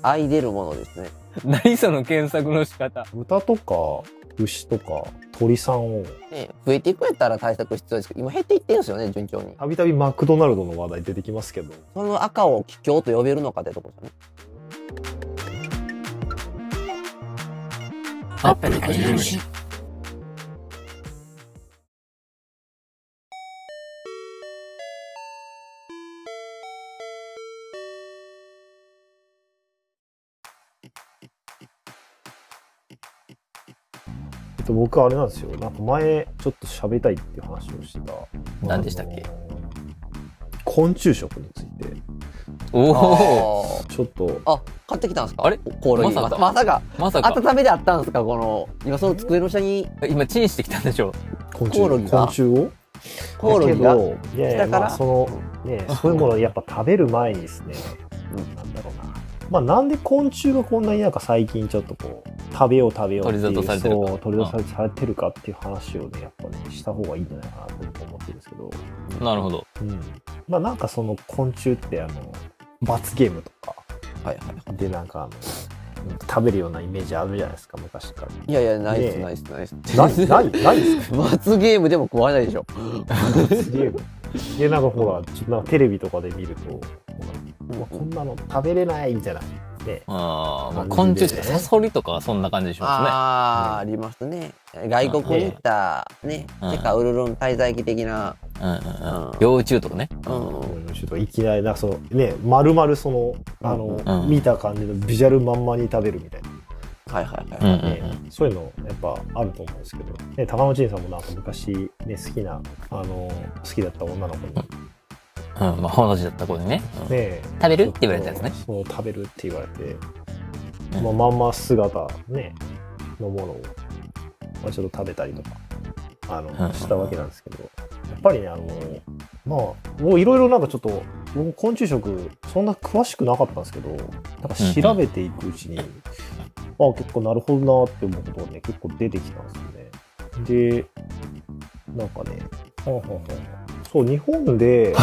愛出るものですね。 何その検索の仕方。 豚とか牛とか鳥さんをね、増えていくやったら対策必要ですけど、今減っていってるんですよね、順調に。 たびたびマクドナルドの話題出てきますけど、 その赤を桔梗と呼べるのかってとこですよね。 アップルが許し。 僕はあれなんですよ。なんか前ちょっと喋りたいっていう話をしてた。 何でしたっけ？ 昆虫食についておお。 あちょっとあ、買ってきたんですか？ あれコオロギ。 まさかまさか。 まさか。 温めであったんですか？この、今その机の下に今チンしてきたんでしょ。 昆コオロギが虫をコオロギが。 だけどいやいや、 下からまあそのね、そういうものをやっぱ食べる前にですね、なんだろうな。まあなんで昆虫がこんなになんか最近ちょっとこう食べようっていう取り沙汰されてるかそう取り沙汰されてるかっていう話をねやっぱねした方がいいんじゃないかなと思ってるんですけど、 なるほど。 まあなんかその昆虫って罰ゲームとかはいはい。 でなんか食べるようなイメージあるじゃないですか昔から。 いやいや、ないですねないですないです。 ないですか？ 罰ゲームでも食わないでしょ。 罰ゲームでなんかほらちょっとなんかテレビとかで見るとほらこんなの食べれないみたいなね。 ああ、まあ、 感じでね昆虫ってサソリとかはそんな感じしますね。 ああ、ありますね。外国に行ったね、 うん世界ウルルン滞在記的な。 うんうんうんうん。幼虫とかね。 うん。 ちょっといきなりそのね丸々そのうん見た感じのビジュアルまんまに食べるみたいな、 はいはいはい。 うんうんねそういうのやっぱあると思うんですけど、ね、高野陳さんもなんか昔ね好きな好きだった女の子にうん。うん、まあ、同じだった子にね。うんね食べるって言われたやつね。 そう食べるって言われて、 うんまんま姿ねのものを、まあ、ちょっと食べたりとかうんしたわけなんですけど、やっぱりねまあもういろいろなんかちょっと僕昆虫食そんな詳しくなかったんですけど、なんか調べていくうちに、結構なるほどなって思うことがね結構出てきたんですよね。でなんかねそう日本で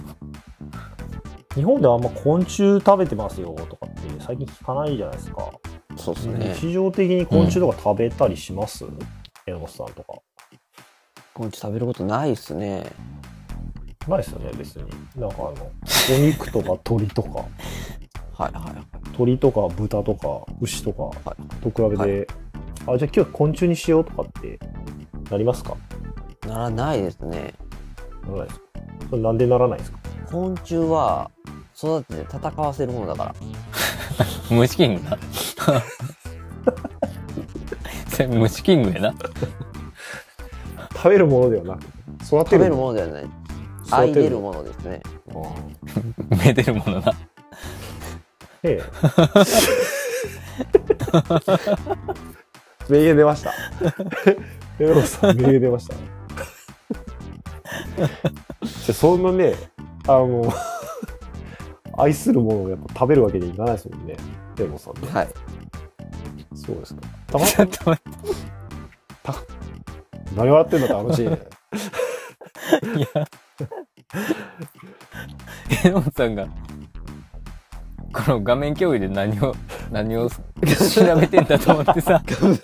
あんま昆虫食べてますよとかって最近聞かないじゃないですか。 そうですね。 日常的に昆虫とか食べたりします？榎本さんとか。 昆虫食べることないっすね。 ないですよね別に。なんかお肉とか鳥とかはいはいはい。 鳥とか豚とか牛とかはいと比べて、じゃあ今日昆虫にしようとかってなりますか？ ならないですね。 ならないですか？それなんでならないですか？ 昆虫は育てて戦わせるものだから。 虫キングな。それ虫キングやな。 食べるものではなく育てる食べるものではない。愛出るものですね。 めでるものな。 ええ名言出ました榎本さん名言出ましたじゃあそんなね愛するものをやっぱ食べるわけにはいかないですもんね榎本さんね。 はい。 そうですか。 ちょっと待何笑ってんの楽しいね。 って。いや。榎本さんが、この画面共有で何を調べてんだと思ってさ。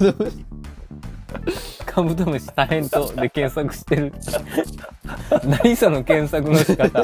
カブトムシタレントで検索してる。何その検索の仕方。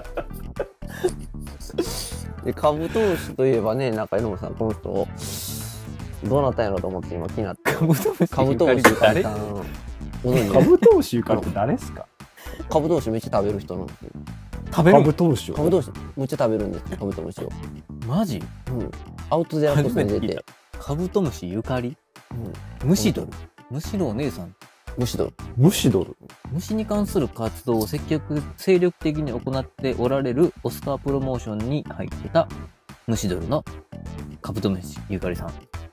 で、カブトムシといえばね、なんか榎本さん、この人、どうなったんやろうと思って今気になって。 カブトムシカブトムシゆかり誰さん。ご存知カブトムシゆかりって誰ですか？ カブトムシめっちゃ食べる人なんですよ。 カ食べるブトムシをカブトムシめっちゃ食べるんですよ、カブトムシを。 マジうん。アウトゼアポスに出て。 カブトムシゆかりうん。 ムシドル虫のお姉さんムシドル。 ムシドル。 虫に関する活動を精力的に行っておられるオスカープロモーションに入ってた虫ドルのカブトムシゆかりさん。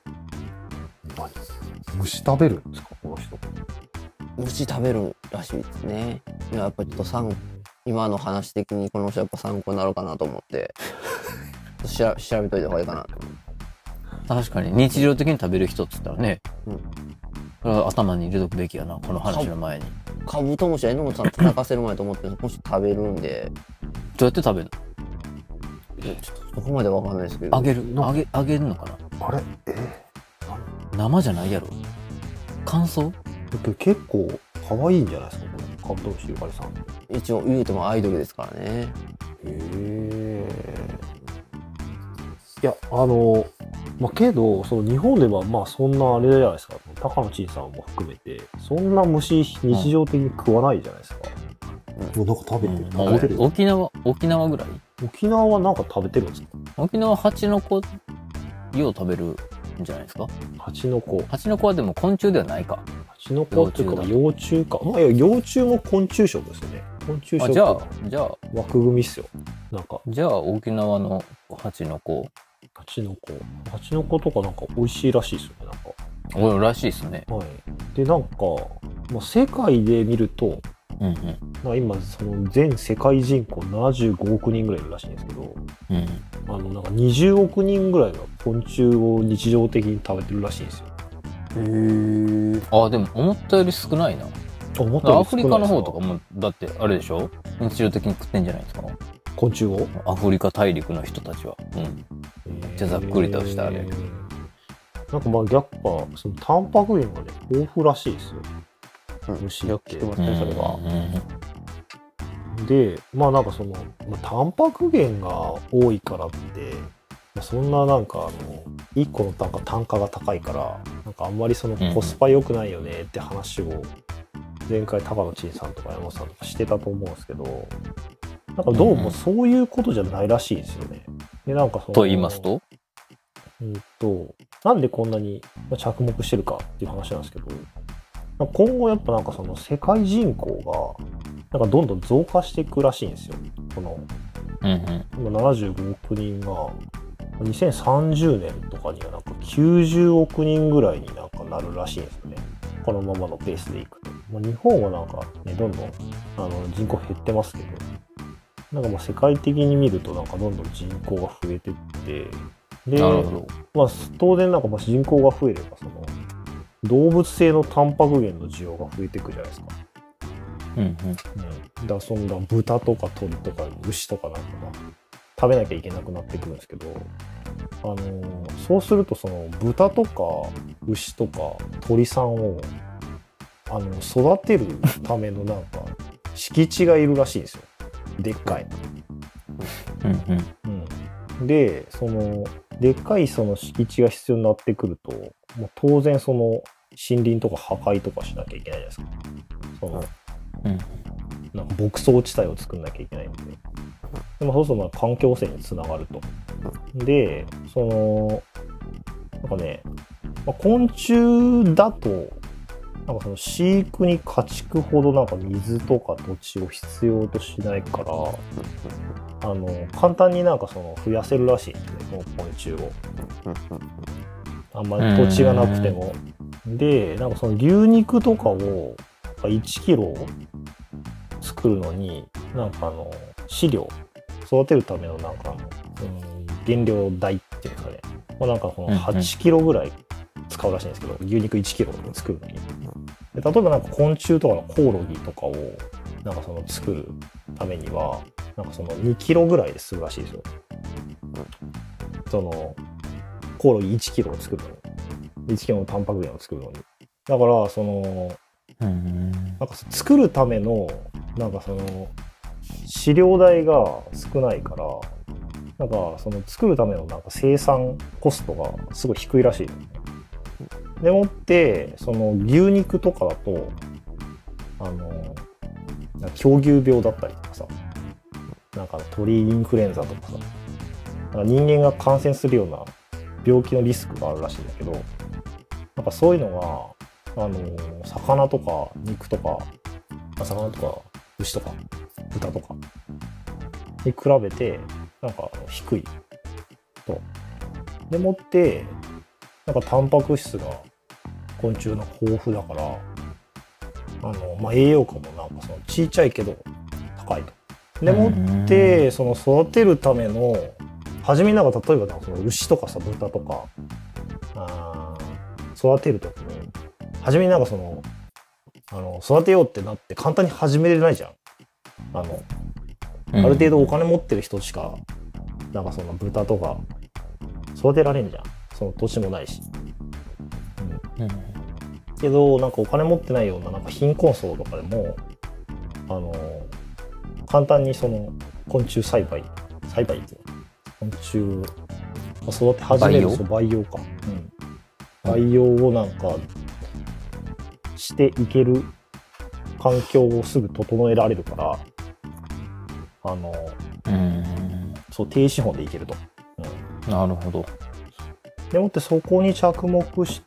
虫食べるんですかこの人？ 虫食べるらしいですね。いや、やっぱりちょっと今の話的にこの人やっぱ参考になるかなと思って、調べといた方がいいかなと思って。 確かに日常的に食べる人っつったらね、 うん。 これは頭に入れとくべきやな、この話の前に。 カブトムシは榎本さん叩かせる前と思ってこの人食べるんで、 どうやって食べるの？ ちょっとそこまでわかんないですけど。 揚げるのかな。 あれ生じゃないやろ。乾燥？ 結構可愛いんじゃないですか、これ。カブトムシゆかりさん。 一応言うてもアイドルですからね。 へえ。いや、まあ、けど、その日本ではまあそんなあれじゃないですか。高野陳さんも含めて、そんな虫日常的に食わないじゃないですか。もうなんか食べてる。食べてる。 沖縄ぐらい？ 沖縄はなんか食べてるんですか？ 沖縄蜂の子、よう食べるんじゃないですか？ 蜂の子。 蜂の子はでも昆虫ではないか。 蜂の子っていうか幼虫か。まあ幼虫も昆虫食ですよね。昆虫食。 じゃあ枠組みっすよ。なんか。 じゃあ沖縄の蜂の子。 蜂の子とかなんか美味しいらしいですよね。なんか。 おいらしいですね。 はい。でなんか、まあ、世界で見ると。 うんうん、 まあ今その全世界人口75億人ぐらいいるらしいんですけど、 うん、 なんか20億人ぐらいが昆虫を日常的に食べてるらしいんですよ。 へえ。あ、でも思ったより少ないな。アフリカの方とかもだってあれでしょ？日常的に食ってんじゃないですか。 昆虫を？ アフリカ大陸の人たちは。うん。じゃあざっくりとしたあれ。 なんかまあやっぱそのタンパク源がね豊富らしいですよ。虫よく聞きますね、それは。 で、まあなんかその、まあ、タンパク源が多いからって、まあ、そんななんか1個の単価が高いから、なんかあんまりそのコスパ良くないよねって話を、前回高野陳さんとか山本さんとかしてたと思うんですけど、なんかどうもそういうことじゃないらしいですよね。で、なんかそのと言いますと？ なんでこんなに着目してるかっていう話なんですけど、今後やっぱなんかその世界人口がなんかどんどん増加していくらしいんですよ。この、今75億人が2030年とかにはなんか90億人ぐらいになんかなるらしいんですよね。このままのペースでいくと。まあ、日本はなんかね、どんどん人口減ってますけど、なんかまあ世界的に見るとなんかどんどん人口が増えてって、で、まあ当然なんかまあ人口が増えればその動物性のタンパク源の需要が増えていくじゃないですか。だからそんな豚とか鳥とか牛とかなんか食べなきゃいけなくなってくるんですけど、そうするとその豚とか牛とか鳥さんを育てるためのなんか敷地がいるらしいんですよ。でっかい。でそのでっかいその敷地が必要になってくると、もう当然その森林とか破壊とかしなきゃいけないじゃないですか。そのなんか牧草地帯を作んなきゃいけないんで。でもそうするとまあ環境汚染につながると。で、そのなんかね、まあ、昆虫だとなんかその飼育に家畜ほどなんか水とか土地を必要としないから、簡単になんかその増やせるらしいんですね、この昆虫を。あんまり土地がなくても。で、なんかその牛肉とかを1キロ作るのに、なんか飼料、育てるためのなんか原料代っていうんですかね。なんかこの8キロぐらい使うらしいんですけど、牛肉1キロ作るのに。で例えばなんか昆虫とかのコオロギとかをなんかその作るためには、なんかその2キロぐらいでするらしいですよ。そのコオロギ1キロを作るのに。1キロのタンパク源を作るのに。だからそのなんか作るためのなんかその飼料代が少ないから、なんかその作るためのなんか生産コストがすごい低いらしい。でもってその牛肉とかだと狂牛病だったりとかさ、なんか鳥インフルエンザとかさ、なんか人間が感染するような病気のリスクがあるらしいんだけど、なんかそういうのが魚とか肉とか、魚とか牛とか豚とかに比べてなんか低いと。でもってなんかタンパク質が昆虫の豊富だからまあ、栄養価もなんかそのちっちゃいけど高いと。でもってその育てるための初めになんか例えばその牛とかさ豚とか育てるときに初めになんかその育てようってなって簡単に始めれないじゃん。ある程度お金持ってる人しかなんかその豚とか育てられんじゃん。その土地もないし。 うん。 けど、なんかお金持ってないような、なんか貧困層とかでも、簡単にその昆虫栽培っていうの昆虫を育て始めると培養か。培養をなんかしていける環境をすぐ整えられるから、そう、低資本でいけると。 なるほど。 でもってそこに着目して、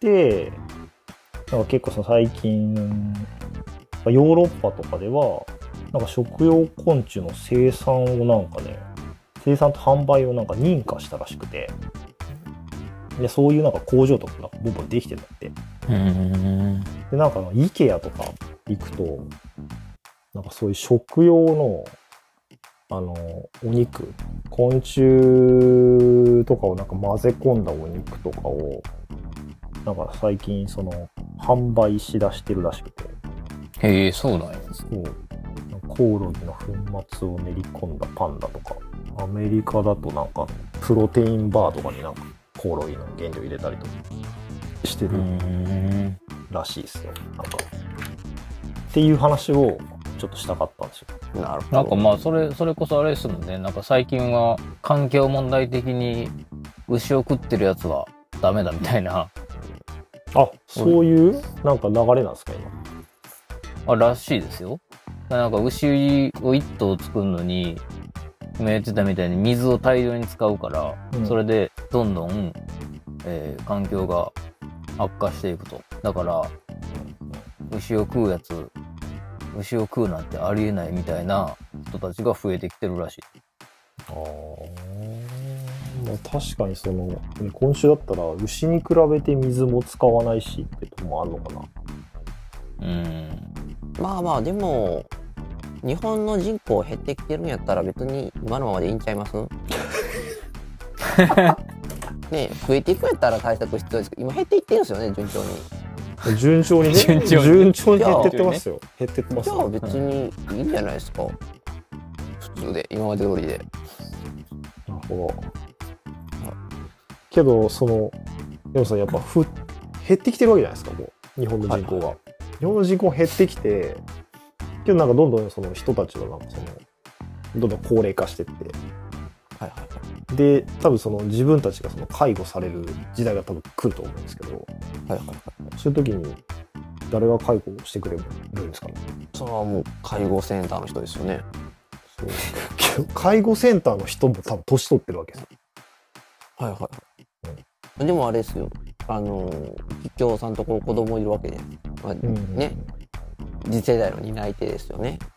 なんか結構その最近、ヨーロッパとかでは、なんか食用昆虫の生産をなんかね、生産と販売をなんか認可したらしくて、で、そういうなんか工場とかがボンボンできてるんだって。で、なんかIKEA とか行くと、なんかそういう食用の、お肉、昆虫とかをなんか混ぜ込んだお肉とかを、なんか最近その販売しだしてるらしくて。 へえ、そうなんや。 そう。コオロギの粉末を練り込んだパンだとか、アメリカだとなんかプロテインバーとかになんかコオロギの原料入れたりとかしてるらしいですよ。なんかっていう話をちょっとしたかったんですよ。 なるほど。 なんかまあそれこそあれですもんね。なんか最近は環境問題的に牛を食ってるやつはダメだみたいな。 あ、そういうなんか流れなんですか今。 らしいですよ。なんか牛を一頭作るのに、今言ってたみたいに水を大量に使うから、それでどんどん、環境が悪化していくと。だから、牛を食うなんてありえないみたいな人たちが増えてきてるらしい。 まあ、確かにその今週だったら牛に比べて水も使わないしってとこもあるのかな。 まあまあでも日本の人口減ってきてるんやったら別に今のままでいいんちゃいますね、増えていくんやったら対策必要ですけど、今減っていってるんですよね、順調に。 順調にね。順調に減ってってますよ。減ってってますよ。 じゃあ別にいいんじゃないですか。普通で、今まで通りで。 なるほど。けど、でもさ、やっぱ減ってきてるわけじゃないですか、もう。日本の人口が。日本の人口減ってきて、けどなんかどんどんその人たちがなんかどんどん高齢化してって。で、多分自分たちが介護される時代が多分来ると思うんですけど、そういう時に誰が介護をしてくれるんですかね。 それはもう介護センターの人ですよね。 そう介護センターの人も多分年取ってるわけですよ。 でもあれですよ。桔梗さんとこ子供いるわけで、まあね、次世代の担い手ですよね。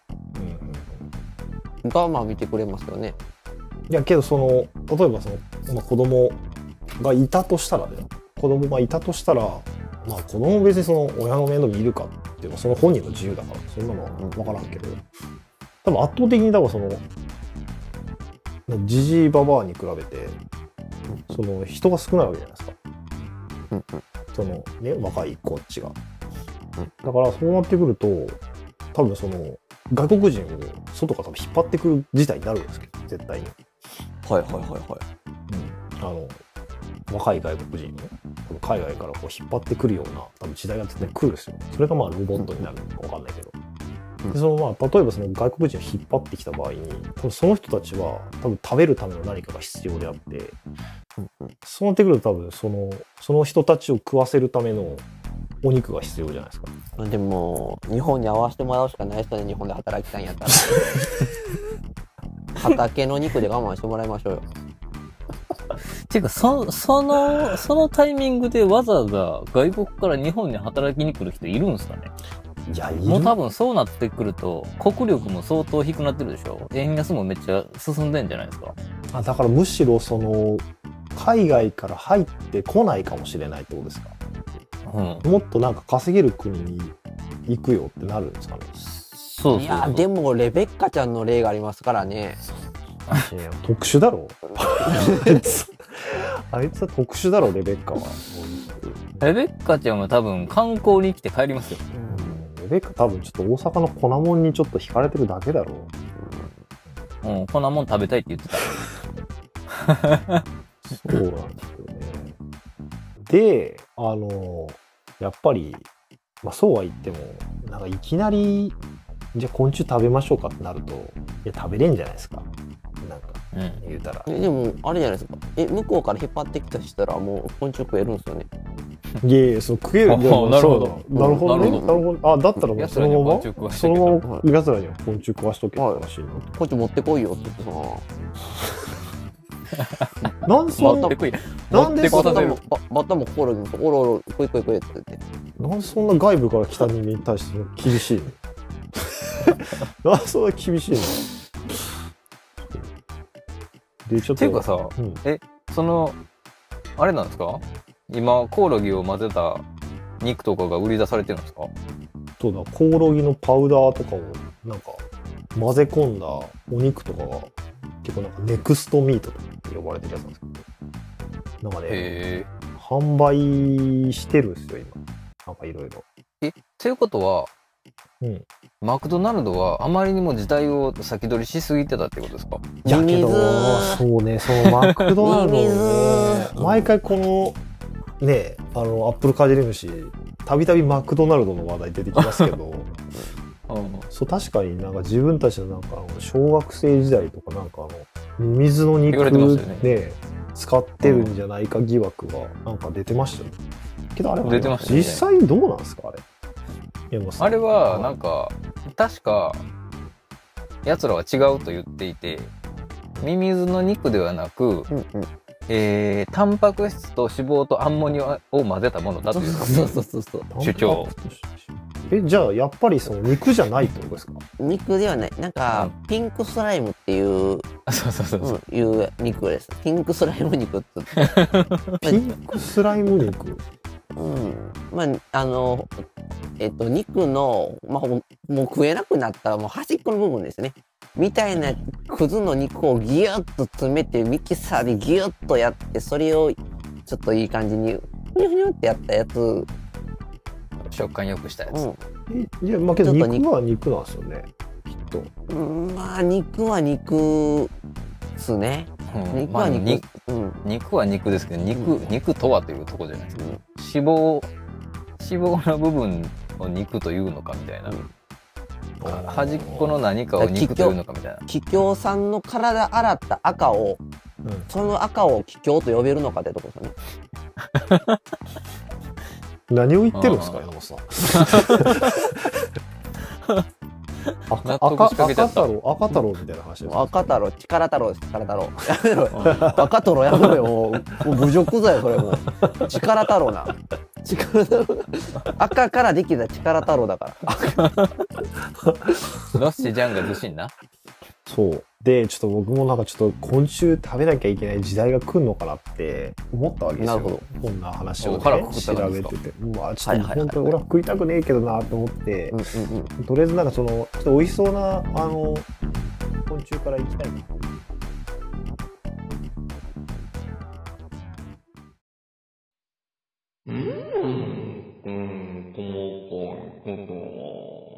がまあ見てくれますよね。 いやけど例えば子供がいたとしたらまあ子供別に親の面倒見るかっていうのはその本人の自由だからそんなのは分からんけど、多分圧倒的にジジイババアに比べて人が少ないわけじゃないですか。若い子っちが。だからそうなってくると多分外国人を外から多分引っ張ってくる事態になるんですけど、絶対に。若い外国人を海外から引っ張ってくるような多分時代が絶対来るんですよ。それがまあロボットになるのか分かんないけど。で例えば外国人を引っ張ってきた場合に多分その人たちは多分食べるための何かが必要であって、そうなってくると多分その人たちを食わせるためのお肉が必要じゃないですか。 でも日本に合わせてもらうしかないですよね。日本で働きたいんやったら畑の肉で我慢してもらいましょうよ。 ていうかそのタイミングでわざわざ外国から日本に働きに来る人いるんですかね。 いや、 もう多分そうなってくると国力も相当低くなってるでしょ。円安もめっちゃ進んでんじゃないですか。 だからむしろ海外から入ってこないかもしれないってことですか。もっとなんか稼げる国に行くよってなるんですかね。 そういやでもレベッカちゃんの例がありますからね。 特殊だろあいつは特殊だろレベッカは。 レベッカちゃんは多分観光に来て帰りますよ。 レベッカ多分ちょっと大阪の粉もんにちょっと惹かれてるだけだろ粉もん食べたいって言ってた。 そうなんですよね。で、やっぱり、まあそうは言っても、なんかいきなり、じゃあ昆虫食べましょうかってなると、いや、食べれんじゃないですか。なんか、言うたら。 でも、あれじゃないですか。向こうから引っ張ってきたしたら、もう昆虫食えるんですよね。 いやいや、そう食える。いやまあなるほどそうなるほどね。なるほど。あ、だったらもうそのまま、そのまま奴らには昆虫食わしとけって話になって。 こっち持ってこいよって言ってさ。 なんでそんな、なんでそんな、 バッタも心におろおろ、こいこいこいって言って。 なんでそんな外部から来た人間に対して厳しいのなんでそんな厳しいので、ちょっと。 っていうかさ、その、あれなんですか今、コオロギを混ぜた肉とかが売り出されてるんですか？ そうだ、コオロギのパウダーとかを、なんか、混ぜ込んだお肉とかが、結構なんかネクストミートとかって呼ばれてるやつなんですけど、なんかね、販売してるんですよ、今。なんかいろいろ。 ということは、マクドナルドはあまりにも時代を先取りしすぎてたってことですか？ いやけど、そうね、そのマクドナルドね、毎回この、ね、アップルかじり虫、たびたびマクドナルドの話題出てきますけど、そう、確かになんか自分たちのなんか小学生時代とかなんかミミズの肉ね、使ってるんじゃないか疑惑がなんか出てましたよ。けどあれは、ね、実際どうなんですかあれ。 あれはなんか確か奴らは違うと言っていて、ミミズの肉ではなく、タンパク質と脂肪とアンモニアを混ぜたものだという主張。 じゃあやっぱりその肉じゃないってことですか？ 肉ではない。なんか、ピンクスライムっていう、いう肉です。ピンクスライム肉って。 ピンクスライム肉。 まあ、肉の、まあ、もう食えなくなったもう端っこの部分ですね。みたいなくずの肉をギュッと詰めてミキサーでギュッとやって、それをちょっといい感じにふにゅふにゅってやったやつ。 食感良くしたやつ。 いや、まあけど肉は肉なんですよね、きっと。 まあ肉は肉っすね。肉は肉。 肉は肉ですけど、肉とはというところじゃないですか。脂肪の部分を肉というのかみたいな。端っこの何かを肉というのかみたいな。 桔梗さんの体洗った赤を、その赤を桔梗と呼べるのかってとこですよね。 何を言ってるんですか、山本さん。赤太郎みたいな話です。 赤太郎、力太郎です、力太郎。やめろよ。赤太郎やめろよ、もう侮辱罪よ、それもう。力太郎な。力太郎。赤からできた力太郎だから。 のっしジャンがずしんな。 そう。で、ちょっと僕もなんかちょっと昆虫食べなきゃいけない時代が来るのかなって思ったわけですよ。なるほど。こんな話を、ね、調べてて。まあちょっと本当に俺は食いたくねえけどなと思って、とりあえずなんかその、ちょっと美味しそうな、昆虫からいきたいな。 この